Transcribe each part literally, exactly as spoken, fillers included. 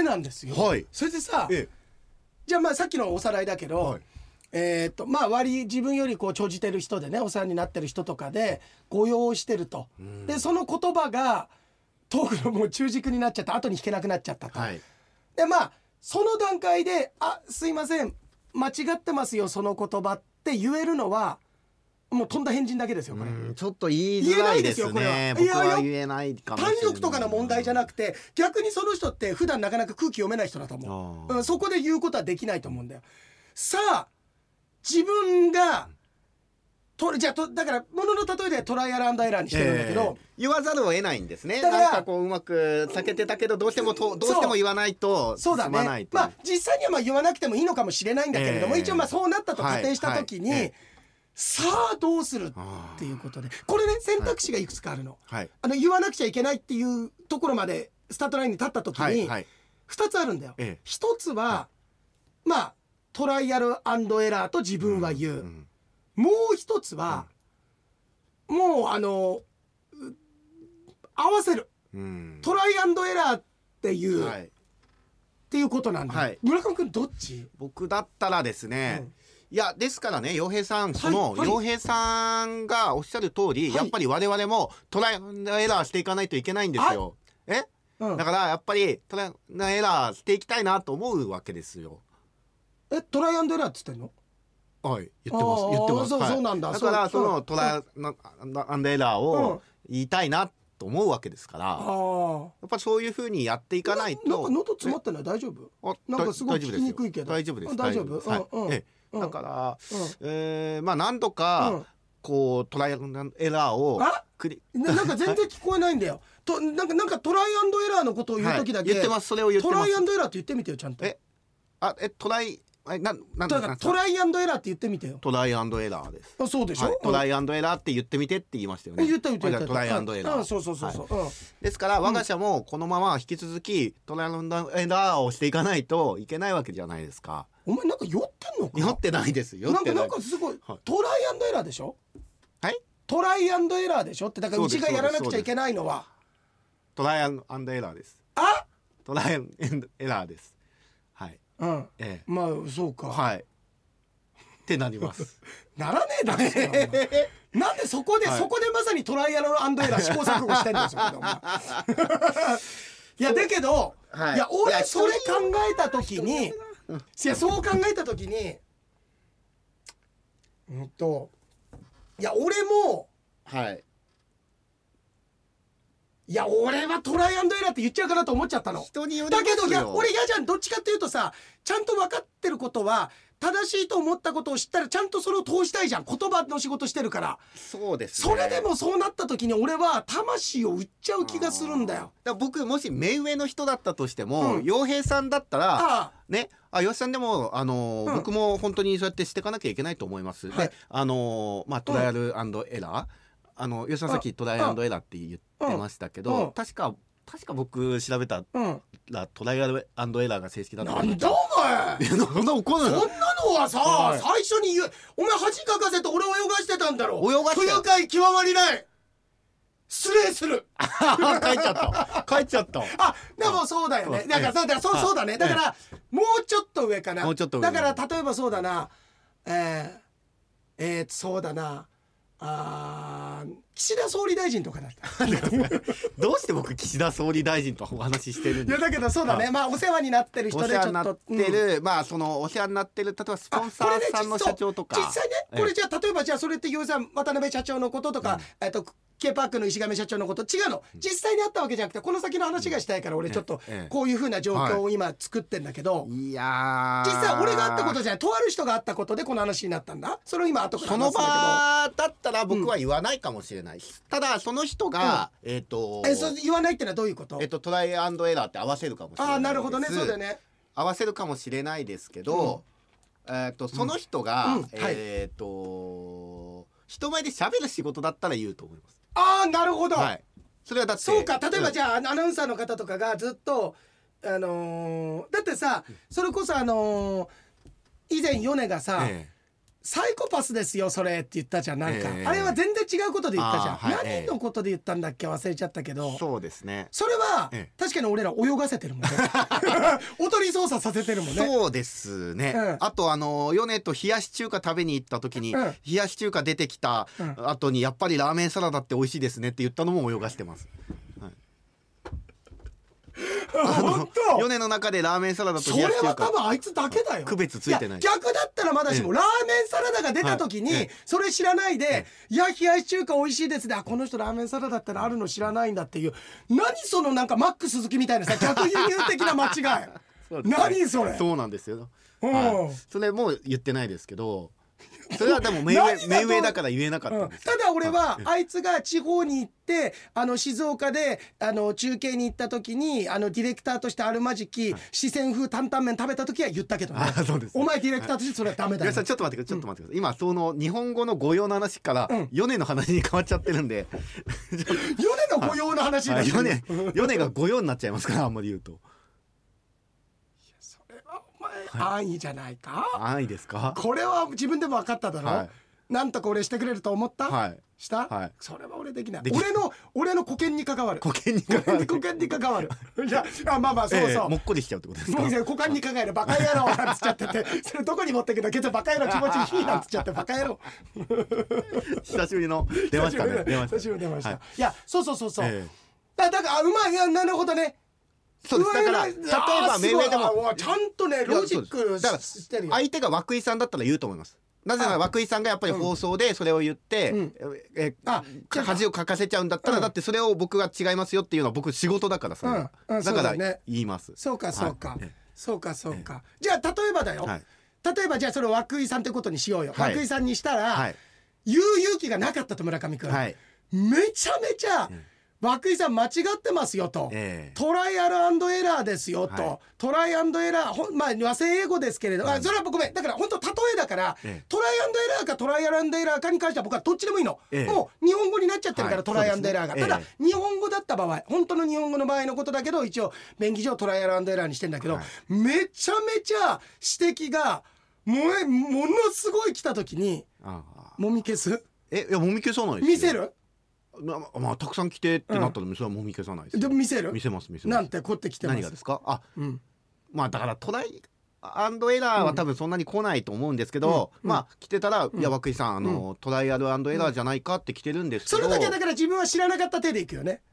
れなんですよ、 はい、 それでさ、 ええ、 じゃあまあさっきのおさらいだけど、はい、えー、っとまあ割自分よりこう長じてる人でねお世話になってる人とかで誤用してると、うん、でその言葉がトークのもう中軸になっちゃった後に弾けなくなっちゃったと、はい、でまあその段階であすいません間違ってますよその言葉って言えるのはもう飛んだ変人だけですよこれ。 うんちょっと言いづらいですね。僕は言えないかもしれない。 単力とかの問題じゃなくて逆にその人って普段なかなか空気読めない人だと思う、うん、そこで言うことはできないと思うんだよ。さあ自分がとじゃあとだからものの例えでトライアルアンドエラーにしてるんだけど、えー、 言わざるを得ないんですね。だからなんかこううまく避けてたけどどうしてもとどうしても言わないと進まないと。 そうだね。まあ実際にはまあ言わなくてもいいのかもしれないんだけれども、えー、一応まあそうなったと仮定した時に、はいはいえーさあどうするっていうことでこれね選択肢がいくつかあるの、はい、あの言わなくちゃいけないっていうところまでスタートラインに立った時にふたつあるんだよ、ええ、ひとつは、はい、まあトライアルアンドエラーと自分は言う、うんうん、もうひとつは、うん、もうあの合わせる、うん、トライアンドエラーっていう、はい、っていうことなんだ、はい、村上くんどっち？ 僕だったらですね、うんいやですからね陽平さんその陽平さんがおっしゃる通り、はい、やっぱり我々もトライアンドエラーしていかないといけないんですよ。え、うん、だからやっぱりトライアンドエラーしていきたいなと思うわけですよ。 えトライアンドエラーって言ってんの？ はい言ってます言ってます。 そう、はい、そうなんだ。 だからそのトライアンドエラーを言いたいなと思うわけですから、やっぱそういう風にやっていかないと。 なんか喉詰まってない？大丈夫？なんかすごい聞きにくいけど。 大丈夫です。 大丈夫。 はい。うんうんだから、うんえー、まあ何度か、うん、こうトライアンドエラーをクリなんか全然聞こえないんだよとなんかなんかトライアンドエラーのことを言う時だけ、 はい、言ってますそれを言ってますトライアンドエラーって言ってみてよちゃんとえあえトライえななんだからトライアンドエラーって言ってみてよ。 トライアンドエラーです。 あそうでしょ、はい、 トライアンドエラーって言ってみてって言いましたよね。 言った言った言ったトライアンドエラー、 うん、そうそうそうそう、はい、 ですから我が社もこのまま引き続きトライアンドエラーをしていかないといけないわけじゃないですか。 お前なんか酔ってんのか？ 酔ってないですよ。 なんかなんかすごい、はい、トライアンドエラーでしょ。 はいトライアンドエラーでしょってだからうちがやらなくちゃいけないのはトライアンドエラーです。 あトライアンドエラーですはいうん、ええ、まあそうかはいってなりますならねえだねなんでそこで、はい、そこでまさにトライアルアンドエラー試行錯誤してんですよいやだけど、はい、いや俺それ考えた時にいやそう考えた時にうんといや俺もはいいや俺はトライアンドエラーって言っちゃうかなと思っちゃったの。 人によりますよ。 だけどいや俺嫌じゃん。どっちかっていうとさちゃんと分かってることは正しいと思ったことを知ったらちゃんとそれを通したいじゃん。言葉の仕事してるから。 そうですね。 それでもそうなった時に俺は魂を売っちゃう気がするんだよ。だから僕もし目上の人だったとしても洋、うん、平さんだったらねあ洋平さんでもあのーうん、僕も本当にそうやってしていかなきゃいけないと思います。はい、であのー、まあトライアルアンドエラー、うんあの吉田さんさっきトライアンドエラーって言ってましたけど、うんうん、確か確か僕調べたら、うん、トライアルアンドエラーが正式だった。 なんだお前そんな怒るのそんなのはさ、はい、最初に言うお前恥かかせて俺を泳がしてたんだろ。 泳がして不愉快極まりない失礼する帰っちゃった帰っちゃったあでもそうだよね。だからそうだそうそうだね。だからもうちょっと上かな。 もうちょっと上だから例えばそうだなえー、えー、そうだなあ岸田総理大臣とかだったどうして僕岸田総理大臣とお話ししてるんですか。 いやだけどそうだね、はい、まあお世話になってる人でちょっとお世話になってる、 うん、まあそのお世話になってる例えばスポンサーさんの社長とか実際ねこれじゃあ例えばじゃあそれって洋さん渡辺社長のこととか、うん、えっと K パークの石上社長のこと違うの実際にあったわけじゃなくてこの先の話がしたいから俺ちょっとこういう風な状況を今作ってんだけど、 いや実際俺があったことじゃないとある人があったことでこの話になったんだ。それを今後からその場だったら僕は言わないかもしれない、うん、ただその人が、うん、えっ、ー、とえそ言わないってのはどういうこと。 えっ、ー、とトライアンドエラーって合わせるかもしれない。 あなるほどねそうだよね合わせるかもしれないですけど、うん、えっ、ー、とその人が、うんうん、えっ、ー、と、はい、人前で喋る仕事だったら言うと思います。 ああなるほど、 はい、それはだってそうか例えばじゃあ、うん、アナウンサーの方とかがずっとあのー、だってさそれこそあのー、以前米がさ、ええ、 サイコパスですよそれって言ったじゃんなんか、 えー、 あれは全然違うことで言ったじゃん、 はい、 何のことで言ったんだっけ忘れちゃったけど、 そうですね、 それは、えー、確かに俺ら泳がせてるもんねおとり操作させてるもんね。 そうですね、うん、あとあの米と冷やし中華食べに行った時に、うん、冷やし中華出てきた後にやっぱりラーメンサラダって美味しいですねって言ったのも泳がしてます、はい、あの米の中でラーメンサラダと冷やし中華、 それは多分あいつだけだよ、 区別ついてない。 いや逆だったらまだしも、ええ、ラーメンサラダが出た時に、はい、それ知らないで、ええ、いや冷やし中華美味しいですで、あこの人ラーメンサラダってのあるの知らないんだっていう、何そのなんかマック鈴木みたいなさ逆輸入的な間違い何それ。 そうなんですよ、はい、それもう言ってないですけど、それはでも目上、目上だから言えなかったんです、 うん、ただ俺はあいつが地方に行ってあの静岡であの中継に行った時にあのディレクターとしてあるまじき、はい、四川風担々麺食べた時は言ったけどね、 あそうです、 お前ディレクターとしてそれはダメだよ、 はい、ちょっと待ってくださいちょっと待ってください、うん、今その日本語の語用の話から米の話に変わっちゃってるんで米の語用の話になっちゃう、 米米が語用になっちゃいますからあんまり言うと。 安易じゃないか。 安易ですか。 これは自分でも分かっただろ、はい、なんとか俺してくれると思った、はい、した、はい、それは俺できない。俺の俺の保険に関わる保険に関わる保険に関わるいやあまあまあそうそう、えー、 もっこりしちゃうってことですか。 もう保険に関わるバカ野郎なんつっちゃっててそれどこに持ってくのけどバカ野郎気持ちいいなんつっちゃってバカ野郎久しぶりの出ましたね久しぶり出ました、はい、いやそうそうそうそう、えー、だだからうまい、いやなるほどね。 そうです。だから例えば目上でもちゃんとねロジックしてるよ。 相手が涌井さんだったら言うと思います。なぜなら涌井さんがやっぱり放送でそれを言って、うん、え恥をかかせちゃうんだったら、うん、だってそれを僕が違いますよっていうのは僕仕事だからそれは、うんうん、だから言います。 そうかそうか、はい、そうかそうか。じゃあ例えばだよ、はい、例えばじゃあそれを涌井さんということにしようよ、はい、涌井さんにしたら、はい、言う勇気がなかったと村上君、はい、めちゃめちゃ、うん涌井さん間違ってますよと、えー、トライアル&エラーですよと、はい、トライアンドエラーほん、まあ、和製英語ですけれど、はい、あそれはごめんだから本当例えだから、えー、トライアンドエラーかトライアル&エラーかに関しては僕はどっちでもいいの、えー、もう日本語になっちゃってるから、はい、トライアンドエラーが、ね、ただ、えー、日本語だった場合本当の日本語の場合のことだけど一応便宜上トライアル&エラーにしてんだけど、はい、めちゃめちゃ指摘がも, ものすごい来た時にもみ消す。 えいやもみ消さないですよ。 見せるまあ、まあたくさん来てってなったら、うん、それはもみ消さないです。 でも見せる？ 見せます見せます。 なんてこって来てます。 何がですか？あ、うん、まあだからトライアンドエラーは多分そんなに来ないと思うんですけど、うん、まあ来てたら、うん、いや涌井さんあの、うん、トライアル&エラーじゃないかって来てるんですけど、 それだけだから自分は知らなかった手でいくよね。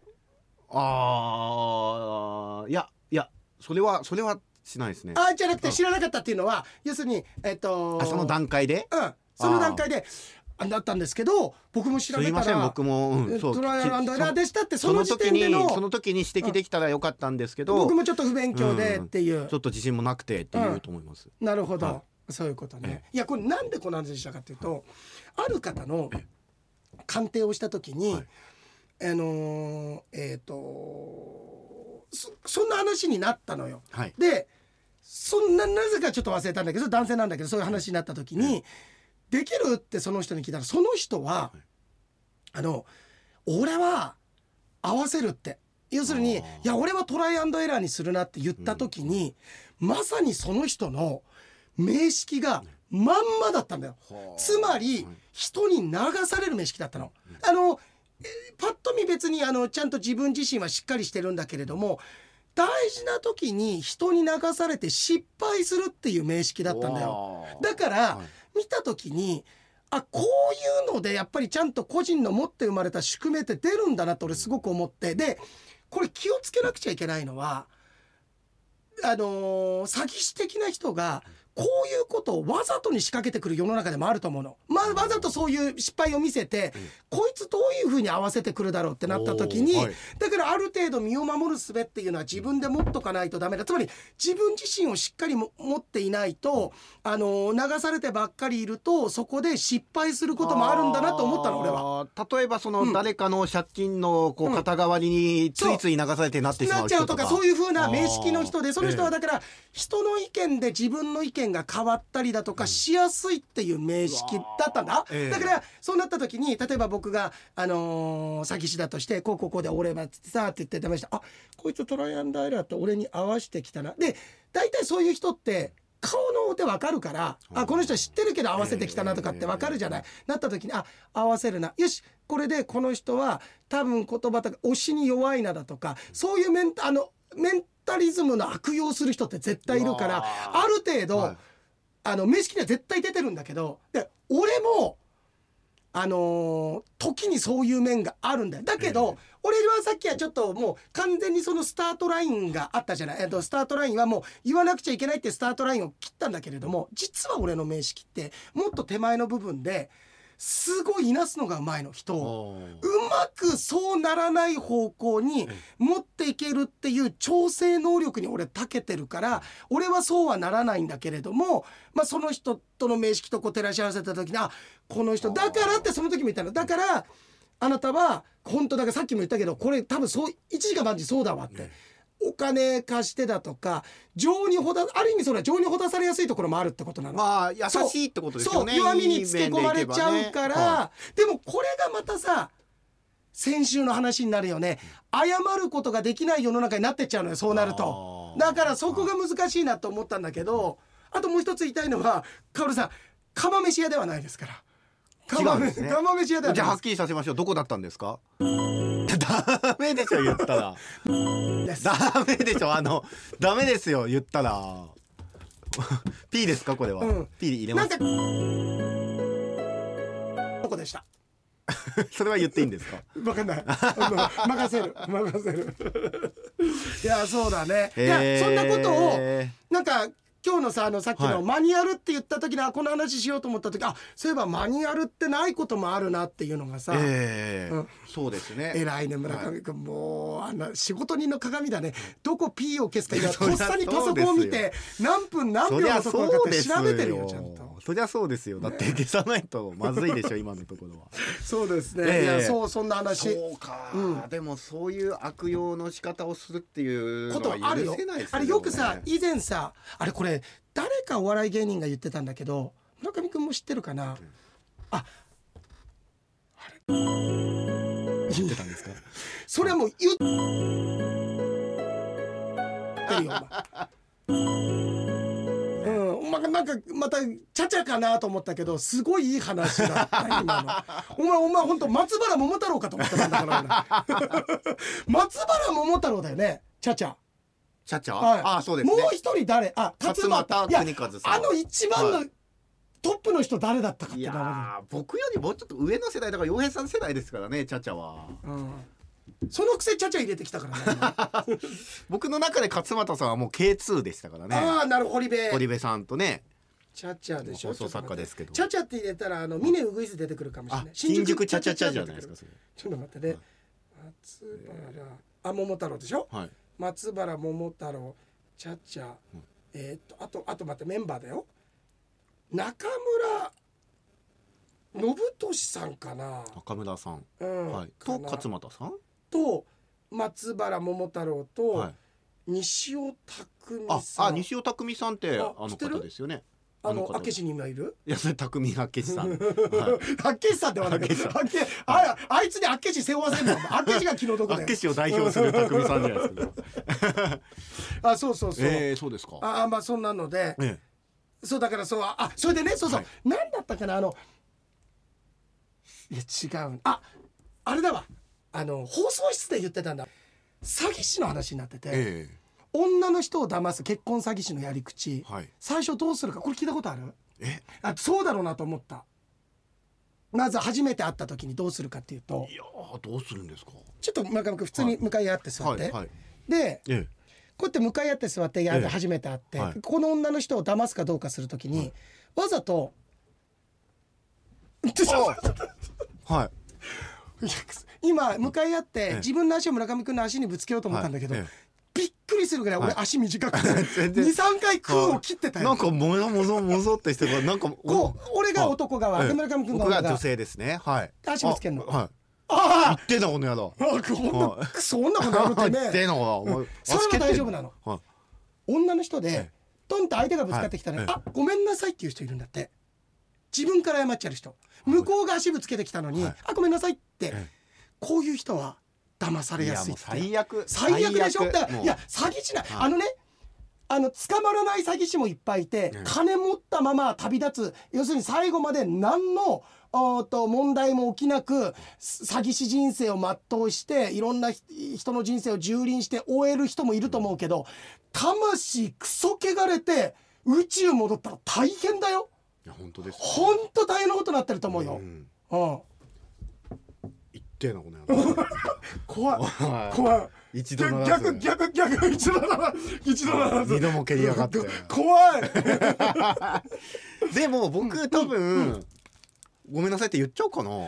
ああいやいやそれはそれはしないですね。 あじゃなくて知らなかったっていうのは、要するにえっとあその段階で、 うんその段階で。だったんですけど僕も調べたらすいません僕も、うん、そうトライアル&エラーでしたってその時点でのその時に指摘できたらよかったんですけど、うん、 僕もちょっと不勉強でっていう、 うん、ちょっと自信もなくてっていうと思います、 うん、なるほど、はい、そういうことね、いやこれなんでこの話したかっていうと、ある方の鑑定をした時に、はい、あのー、えっ、ー、と そ, そんな話になったのよ、はい、でそんななぜかちょっと忘れたんだけど男性なんだけどそういう話になった時に、うんできるってその人に聞いたらその人は、はい、あの俺は合わせるって要するにいや俺はトライアンドエラーにするなって言った時に、うん、まさにその人の名式がまんまだったんだよ、うん、つまり人に流される名式だったの、うん、あのパッと見別にあのちゃんと自分自身はしっかりしてるんだけれども大事な時に人に流されて失敗するっていう名式だったんだよ。だから、はい見た時にあこういうのでやっぱりちゃんと個人の持って生まれた宿命って出るんだなと俺すごく思って、でこれ気をつけなくちゃいけないのはあのー、詐欺師的な人がこういうことをわざとに仕掛けてくる世の中でもあると思うの、まあ、わざとそういう失敗を見せて、うん、こいつどういうふうに合わせてくるだろうってなった時に、はい、だからある程度身を守る術っていうのは自分で持っとかないとダメだ。つまり自分自身をしっかりも持っていないと、あの流されてばっかりいるとそこで失敗することもあるんだなと思ったの俺は。 例えばその誰かの借金のこう肩代わりについつい流されてなってしまう人とか、なっちゃうとかそういうふうな名式の人で、その人はだから人の意見で自分の意見が変わったりだとかしやすいっていう名式だったんだ、うん、だからそうなった時に例えば僕が、あのー、詐欺師だとしてこうこうこうで俺はってさって言って出ました。あこいつトライアンドエラーと俺に合わせてきたな。で大体そういう人って顔ので分かるから、あこの人知ってるけど合わせてきたなとかって分かるじゃない、なった時にあ合わせるな、よしこれでこの人は多分言葉とか推しに弱いなだとか、そういうメンタあのメンタリズムの悪用する人って絶対いるから、ある程度、はい、あの名式には絶対出てるんだけど、で俺もあのー、時にそういう面があるんだよ。だけど、えー、俺はさっきはちょっともう完全にそのスタートラインがあったじゃない、えっと、スタートラインはもう言わなくちゃいけないってスタートラインを切ったんだけれども、実は俺の名式ってもっと手前の部分ですごいいなすのがうまいの、人をうまくそうならない方向に持っていけるっていう調整能力に俺長けてるから、俺はそうはならないんだけれども、まあ、その人との名式とこう照らし合わせた時に、あこの人だからってその時も言ったの、だからあなたは本当だからさっきも言ったけど、これ多分そう一時間万事そうだわって、お金貸してだとか情にほだある意味それは情にほだされやすいところもあるってことなの。 まあ優しいってことですよね。 そう弱みにつけ込まれちゃうから、はい、でもこれがまたさ先週の話になるよね、謝ることができない世の中になってっちゃうのよ、そうなると。だからそこが難しいなと思ったんだけど、あともう一つ言いたいのは、カオルさん釜飯屋ではないですから。釜飯、ね、釜飯屋ではないです。 じゃあはっきりさせましょう、どこだったんですか。ダメでしょ言ったらダメでしょ、あのダメですよ言ったらP ですかこれは、うん、P 入れます。 どこでしたそれは言っていいんですか。 分かんない任せる任せるいやそうだね、いやそんなことをなんか今日のさ、あのさっきのマニュアルって言った時に、はい、この話しようと思った時、あそういえばマニュアルってないこともあるなっていうのがさ、 えーうん、そうですね。 偉いね村上君、はい、もうあんな仕事人の鏡だね。どこ P を消すか今とっさにパソコンを見て何分何秒のところかって調べてるよちゃんと。 そりゃそうですよ、だって消さないとまずいでしょ今のところは。 そうですね、えー、いやそうそんな話。 そうか、うん、でもそういう悪用の仕方をするっていうのは許せないですよね。 あれよくさ以前さあれこれ誰かお笑い芸人が言ってたんだけど、村上くんも知ってるかな、うん、ああれ知ってたんですかそれはもう言ってるよお前うん、お前なんかまたちゃちゃかなと思ったけど、すごいいい話だった今のお前お前本当松原桃太郎かと思ったんだから松原桃太郎だよね、ちゃちゃチャチャ、はい、あそうですね。 もう一人誰、あ勝俣邦和さん。 あの一番のトップの人誰だったかって。いや僕よりもうちょっと上の世代だから、洋平さん世代ですからね、チャチャは、 うん、そのくせチャチャ入れてきたからね僕の中で勝俣さんはもう ケーツー でしたからね。 ああなるほど、堀部堀部さんとね、 チャチャでしょ、 放送作家ですけど、 チャチャって入れたらあの峰ウグイス出てくるかもしれない。 新宿チャチャチャじゃないですかそれ。 ちょっと待ってね、松原あ桃太郎でしょ、はい、松原桃太郎チャチャ、うん、えー、っとあとあと待ってメンバーだよ、中村信俊さんかな。 中村さん、 うん、 はい、と勝俣さんと松原桃太郎と、はい、西尾匠さん。 ああ西尾匠さんってあの方ですよね。 あの明智に今いる。 いやそれ匠明智さん。はい、 明智さんではなくて、ああいつに明智背負わせるの。明智が気の毒だよ。 明智を代表する匠さんじゃないですか。 あそうそうそう。 えー、そうですか。 あまあそんなので、ええ、そうだからそうあそれでねそうそう、はい、なんだったかなあのいや違うああれだわあの放送室で言ってたんだ、詐欺師の話になってて。ええ、女の人を騙す結婚詐欺師のやり口、はい、最初どうするかこれ聞いたことある？えあそうだろうなと思った。まず初めて会った時にどうするかっていうと、 いやどうするんですか。 ちょっと村上君普通に向かい合って座って、はいはいはい、で、ええ、こうやって向かい合って座ってや、ええ、初めて会って、はい、この女の人を騙すかどうかする時に、はい、わざとはい今向かい合って、ええ、自分の足を村上君の足にぶつけようと思ったんだけど、はいええびっくりするぐらい俺足短くてにさんかい空を切ってたよ。 なんかもぞもぞもぞってしてるなんかこう俺が男側で村上君が僕が女性ですね。はい足ぶつけんの。 はいああ言ってんだこの野郎。 そんなことあるってね。 言ってんのかな。 それは大丈夫なの。女の人でトンと相手がぶつかってきたらあごめんなさいっていう人いるんだって。自分から謝っちゃう人。向こうが足ぶつけてきたのにあごめんなさいってこういう人は騙されやすいって。 いやもう最悪最悪でしょ。だからいや詐欺師な、はい、あのねあの捕まらない詐欺師もいっぱいいて、うん、金持ったまま旅立つ、要するに最後まで何のおと問題も起きなく詐欺師人生を全うしていろんな人の人生を蹂躙して終える人もいると思うけど、魂クソ汚れて宇宙戻ったら大変だよ。 いや本当です、ね、 本当大変なことになってると思うよ。うん、うん言ってえなこの野郎怖い怖い。 一度ならず逆逆逆一度なら一度ならず二度も蹴りやがって怖いでも僕多分、うん、ごめんなさいって言っちゃおうかな。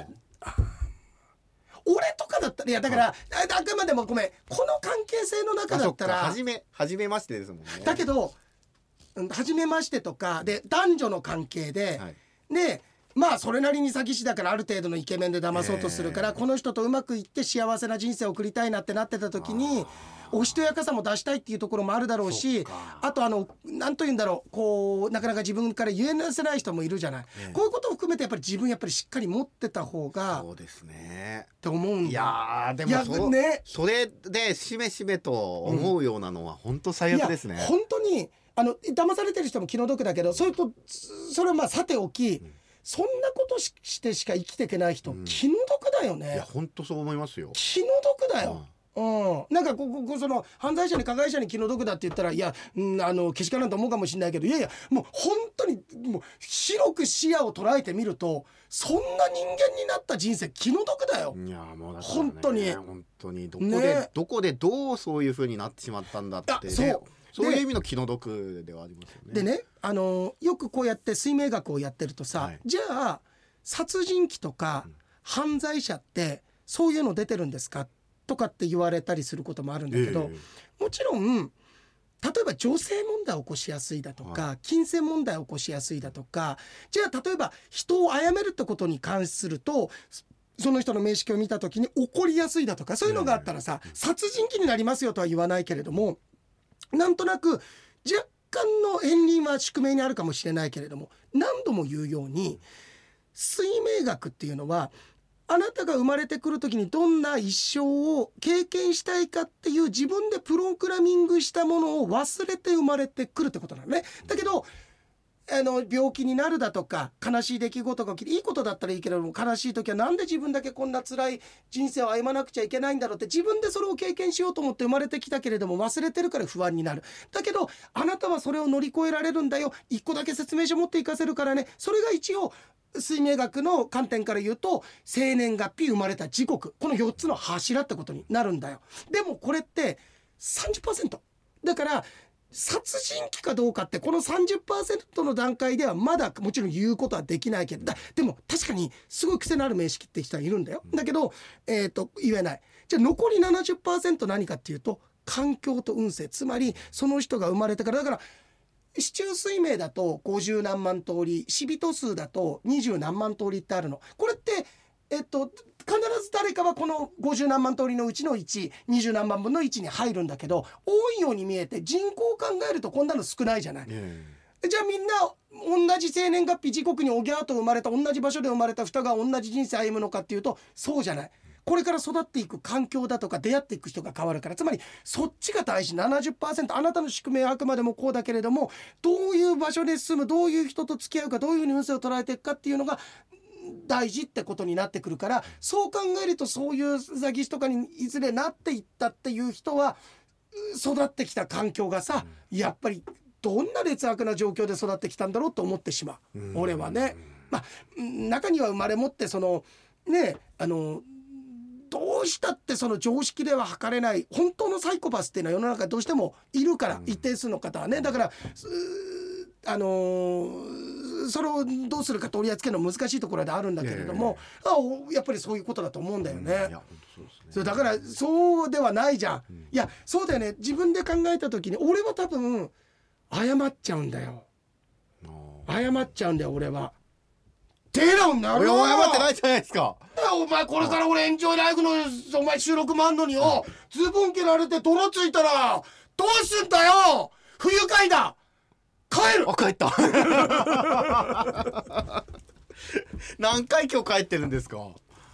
俺とかだったら、いやだから、はい、あくまでもごめん、この関係性の中だったらはじめはじめましてですもんね。 だけどはじめましてとかで男女の関係で、はい、でまあそれなりに詐欺師だからある程度のイケメンで騙そうとするから、えー、この人とうまくいって幸せな人生を送りたいなってなってた時におしとやかさも出したいっていうところもあるだろうし、あとあのなんというんだろう、こうなかなか自分から言えせない人もいるじゃない、えー、こういうことを含めてやっぱり自分やっぱりしっかり持ってた方がそうですねって思うんだ。 いやでも そ,、ね、それでしめしめと思うようなのは本当最悪ですね、 うん、いや本当にあの騙されてる人も気の毒だけど、そういうとそれはまあさておき、うん、そんなこと し, してしか生きていけない人、うん、気の毒だよね。 いや本当そう思いますよ。 気の毒だよ、うんうん、なんかここその犯罪者に加害者に気の毒だって言ったらいや、うん、あのけしからんと思うかもしれないけど、いやいやもう本当にもう広く視野を捉えてみるとそんな人間になった人生気の毒だよ。 いやもうだから、ね、 本当に本当にどこで、 ね、 どこでどうそういう風になってしまったんだって、ね、そうそういう意味の気の毒ではありますよね。 でね、あのよくこうやって水明学をやってるとさ、はい、じゃあ殺人鬼とか犯罪者ってそういうの出てるんですかとかって言われたりすることもあるんだけど、えー、もちろん例えば女性問題を起こしやすいだとか、はい、金銭問題を起こしやすいだとか、じゃあ例えば人を殺めるってことに関するとその人の名式を見た時に怒りやすいだとか、そういうのがあったらさ、えー、殺人鬼になりますよとは言わないけれども、なんとなく若干の片鱗は宿命にあるかもしれないけれども、何度も言うように水明学っていうのはあなたが生まれてくる時にどんな一生を経験したいかっていう自分でプログラミングしたものを忘れて生まれてくるってことなのね。だけどあの病気になるだとか悲しい出来事が起きていいことだったらいいけれども、悲しい時はなんで自分だけこんな辛い人生を歩まなくちゃいけないんだろうって自分でそれを経験しようと思って生まれてきたけれども忘れてるから不安になる。だけどあなたはそれを乗り越えられるんだよ、一個だけ説明書持っていかせるからね。それが一応水明学の観点から言うと生年月日生まれた時刻、このよっつの柱ってことになるんだよ。でもこれって さんじゅっパーセント だから殺人鬼かどうかってこの さんじゅっパーセント の段階ではまだもちろん言うことはできないけど、だでも確かにすごい癖のある名式って人はいるんだよ。だけど、えーと、言えない。じゃあ残り ななじゅっパーセント 何かっていうと環境と運勢、つまりその人が生まれてからだから四柱推命だとごじゅうなんまん通り、死人数だとにじゅうなんまん通りってあるの。これってえっと必ず誰かはこのごじゅうなんまん通りのうちのいち、にじゅうなんまんぶんのいちに入るんだけど、多いように見えて人口を考えるとこんなの少ないじゃない、えー、じゃあみんな同じ生年月日時刻におぎゃーと生まれた同じ場所で生まれた二が同じ人生歩むのかっていうとそうじゃない。これから育っていく環境だとか出会っていく人が変わるから、つまりそっちが大事。 ななじゅっパーセント あなたの宿命はあくまでもこうだけれども、どういう場所で住む、どういう人と付き合うか、どういうふうに運勢を捉えていくかっていうのが大事ってことになってくるから、そう考えるとそういう詐欺師とかにいずれなっていったっていう人は育ってきた環境がさ、やっぱりどんな劣悪な状況で育ってきたんだろうと思ってしまう、うん、俺はね。まあ中には生まれ持ってそのねあのどうしたってその常識では測れない本当のサイコパスっていうのは世の中どうしてもいるから、一定数の方はね。だからあのー、それをどうするか取り扱うのは難しいところであるんだけれども、あやっぱりそういうことだと思うんだよね。うん、いや本当そうですね。それだからそうではないじゃん、うん、いやそうだよね。自分で考えた時に俺は多分謝っちゃうんだよ。謝っちゃうんだよ俺は。テランなるよ。 謝ってないじゃないですか。 お前これから俺エンジョイライフのお前収録もあんのによ、ズボン蹴られて泥ついたらどうすんだよ。不愉快だ。帰る。 あ帰った何回今日帰ってるんですか。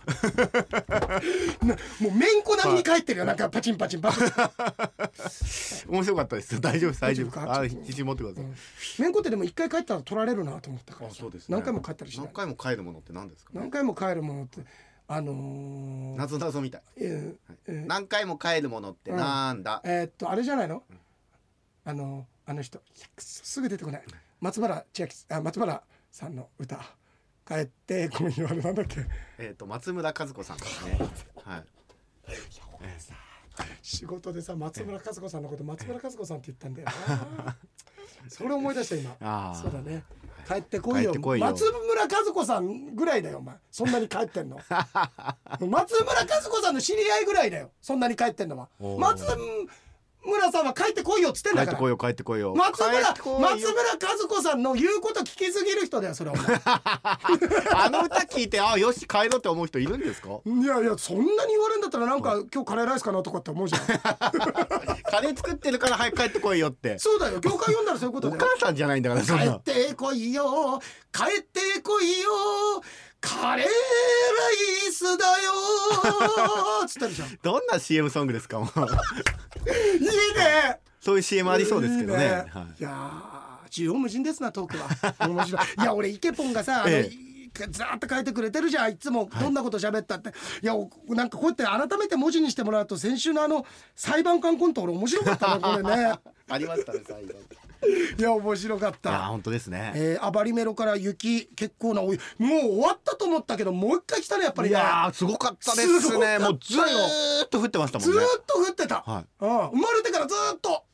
もうめんこ並みに帰ってるよ、なんかパチンパチンパチン面白かったです。大丈夫大丈夫。 大丈夫かあ、自信持ってください。 うんめんこってでも一回帰ったら取られるなと思ったからさ。 あ、そうですね。 何回も帰ったりしない。 何回も帰るものって何ですかね。 何回も帰るものってあのー、 謎謎みたい。 えーえー何回も帰るものってなんだ。 えーっとあれじゃないの、あのあの人すぐ出てこない、松原千秋あ松原さんの歌帰ってこいよ、あれなんだっけ、 えっと松村和子さんですね。はい。 仕事でさ松村和子さんのこと松村和子さんって言ったんだよなそれ思い出した今。 あーそうだね、帰ってこいよ。 帰ってこいよ松村和子さんぐらいだよお前、そんなに帰ってんの松村和子さんの知り合いぐらいだよ、そんなに帰ってんのは。 おー松村さんは帰ってこいよっつってんだから。 帰ってこいよ帰ってこいよ。 松村帰ってこいよ松村和子さんの言うこと聞きすぎる人だよそれお前あの歌聞いて、あ、よし帰ろうって思う人いるんですか？ いやいやそんなに言われるんだったらなんか今日カレーライスかなとかって思うじゃんカレー作ってるから早く帰ってこいよって。 そうだよ、業界読んだらそういうことおだよ。 母さんじゃないんだからそん帰な。 ってこいよ帰ってこいよカレーライスだよつってるじゃん。いいどんな シーエム ソングですか？もうねそういう シーエム ありそうですけどね。 いいねはいいやー縦横無尽ですなトークは面白い。いや俺イケポンがさ、あのえずーっと書いてくれてるじゃん、いつもどんなこと喋ったって、はい、いやなんかこうやって改めて文字にしてもらうと、先週のあの裁判官コント俺面白かったなこれねありましたね最後。 いや面白かっいやた。 本当ですね。 えー、アバリメロから雪結構なお湯、もう終わったと思ったけどもう一回来たねやっぱりいね。 やーすごかったですすごかったよね。もうずーっと降ってましたもんね。 ずーっと降ってた、 はいうん、生まれてからずーっと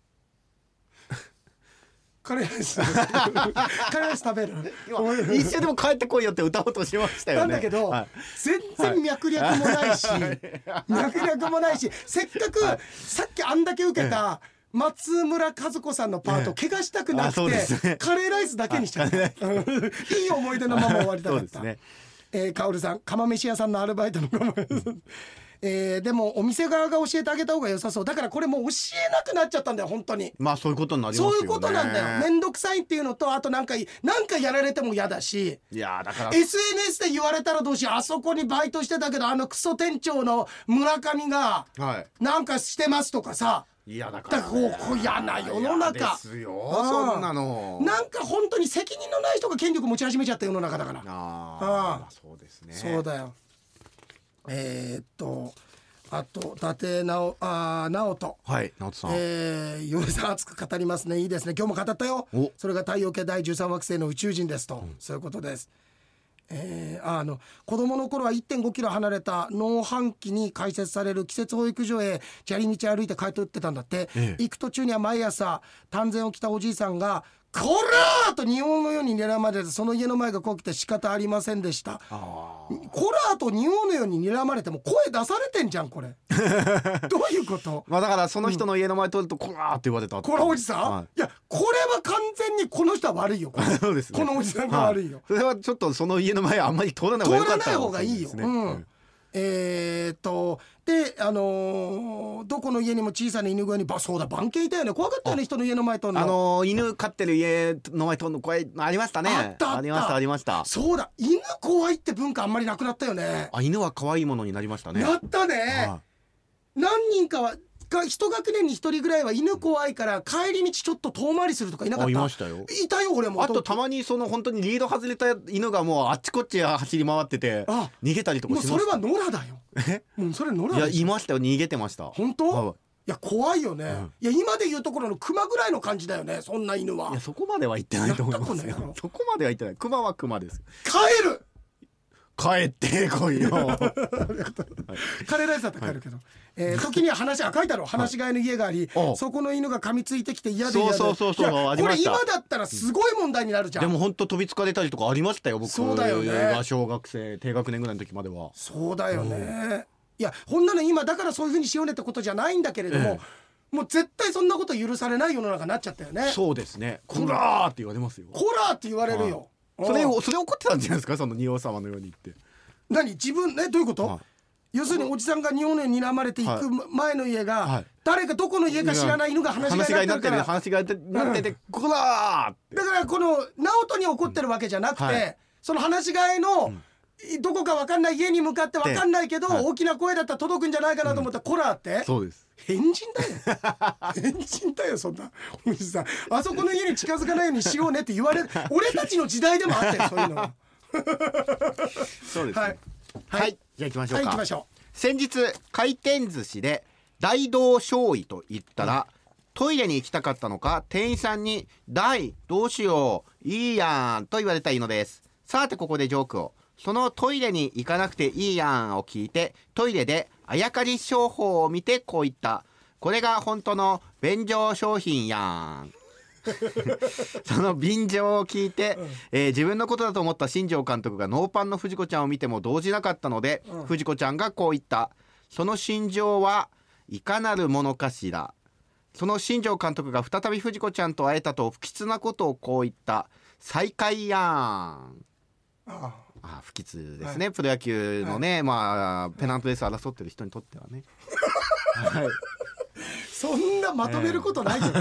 カレーライスカレーライス食べる今一瞬でも帰ってこいよって歌おうとしましたよね。 なんだけど、 はい全然脈略もないし、脈略もないし、せっかくさっきあんだけ受けた松村和子さんのパート、怪我したくなくあそうでて、 すねカレーライスだけにしちゃった、うんいい思い出のまま終わりたかった。 そうですね。 えー、カオルさん釜飯屋さんのアルバイトの釜飯さんえー、でもお店側が教えてあげた方が良さそうだから、これもう教えなくなっちゃったんだよ本当に。 まあそういうことになりますよね。 そういうことなんだよ。めんどくさいっていうのと、あとなんかなんかやられても嫌だし、 いやーだからエスエヌエス で言われたらどうしよう。あそこにバイトしてたけどあのクソ店長の村上がはいなんかしてますとかさ、 いやだかだかららこうこう嫌な世の中嫌ですようんそんなの。 なんか本当に責任のない人が権力持ち始めちゃった世の中だから。 あーあーまあそうですね。 そうだよ。えー、っとあと伊達直あ直人、 はい直人さん。 えー、米さん熱く語りますね。いいですね。今日も語ったよお。 それが太陽系だいじゅうさん惑星の宇宙人ですと、うん、そういうことです。えー、あの子供の頃は いってんごキロ離れた農繁期に開設される季節保育所へ砂利道歩いて帰ってってたんだって、ええ、行く途中には毎朝丹前を着たおじいさんがこらーと仁王のように睨まれて、その家の前が怖くて仕方ありませんでした。こらーと仁王のように睨まれても声出されてんじゃんこれどういうこと？ まあだからその人の家の前通るとこらーって言われた。 こらおじさん、はい、いやこれは完全にこの人は悪いよそうですね。 このおじさんが悪いよ、 はい、それはちょっとその家の前あんまり通らない方がよかった、 通らない方がいいよ、 ね、 うんうん、 えー、っとであのー、どこの家にも小さな犬小屋にばそうだ番犬いたよね。怖かったよね人の家の前通るの。 あのー、犬飼ってる家の前通るの怖いありましたね。 あったあった、 ありましたありました。 そうだ犬怖いって文化あんまりなくなったよね。 あ犬は可愛いものになりましたね。 なったね、はあ、何人かは一学年に一人ぐらいは犬怖いから帰り道ちょっと遠回りするとかいなかった？ あいましたよ。 いたよ俺も。 あとたまにその本当にリード外れた犬がもうあっちこっち走り回ってて逃げたりとかしました。 もうそれは野良だよ。えもうそれ野良だよ。 いやいましたよ逃げてました。 本当？はい、いや怖いよね、うん、いや今でいうところのクマぐらいの感じだよねそんな犬は。 いやそこまでは行ってないと思いますよ。そこまでは行ってない。クマはクマです。 帰る帰ってこいよカレーライスだったら帰るけど、はい、えー、時には話あ書いてある話し飼いの家があり、はい、そこの犬が噛みついてきて嫌で嫌で。 そうそうそうそうありました。 これ今だったらすごい問題になるじゃん、 うん、でも本当飛びつかれたりとかありましたよ僕。 そうだよねが小学生低学年ぐらいの時までは。 そうだよね、うん、いやほんなの今だからそういう風にしようねってことじゃないんだけれども、ええ、もう絶対そんなこと許されない世の中になっちゃったよね。 そうですね。こらーって言われますよ。 こらーって言われるよ、 はい、それをそれ怒ってたんじゃないですかその仁王様のように言って。 何自分ねどういうこと、はい、要するにおじさんが仁王のように睨まれていく前の家が、はい、誰かどこの家か知らない犬が話し飼いになってるから話し飼いになってて、うん、こらーってだからこの直人に怒ってるわけじゃなくて、うんはい、その話し飼いのどこか分かんない家に向かって分かんないけど、はい、大きな声だったら届くんじゃないかなと思ったら、うん、コラーって。 そうです。 変人だよ変人だよそんなおじさん。あそこの家に近づかないようにしようねって言われる俺たちの時代でもあったよそういうのそうです、ね、はい、はいはい、じゃあ行きましょうか、 はい、行きましょう。 先日回転寿司で大同小異と言ったら、うん、トイレに行きたかったのか店員さんに大どうしよういいやんと言われたいのです。さてここでジョークを。そのトイレに行かなくていいやんを聞いてトイレであやかり商法を見てこう言った。これが本当の便乗商品やんその便乗を聞いて、うんえー、自分のことだと思った新庄監督がノーパンの藤子ちゃんを見ても動じなかったので、うん、藤子ちゃんがこう言った。その心情はいかなるものかしら。その新庄監督が再び藤子ちゃんと会えたと不吉なことをこう言った。再会やん。あああ不吉ですね、はい、プロ野球のね、はい、まあペナントレース争ってる人にとってはねはいそんなまとめることないよ、はい、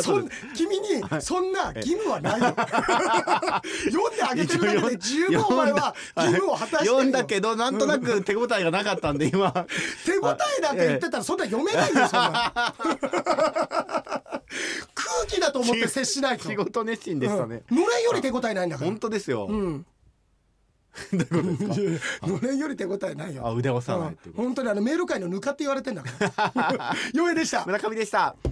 そん君にそんな義務はないよ、はい、読んであげてるだけで十分お前は義務を果たしてるよ。 読んだけどなんとなく手応えがなかったんで今手応えなんか言ってたらそんな読めないよそんな空気だと思って接しないと。 仕事熱心でしたね、 うん、のれんより手応えないんだから。 本当ですよ、 うんどういうことですかのれんより手応えないよ。 あ腕を押さないっていう、 うん、本当にあのメール界のぬかって言われてんだからよえでした。 村上でした。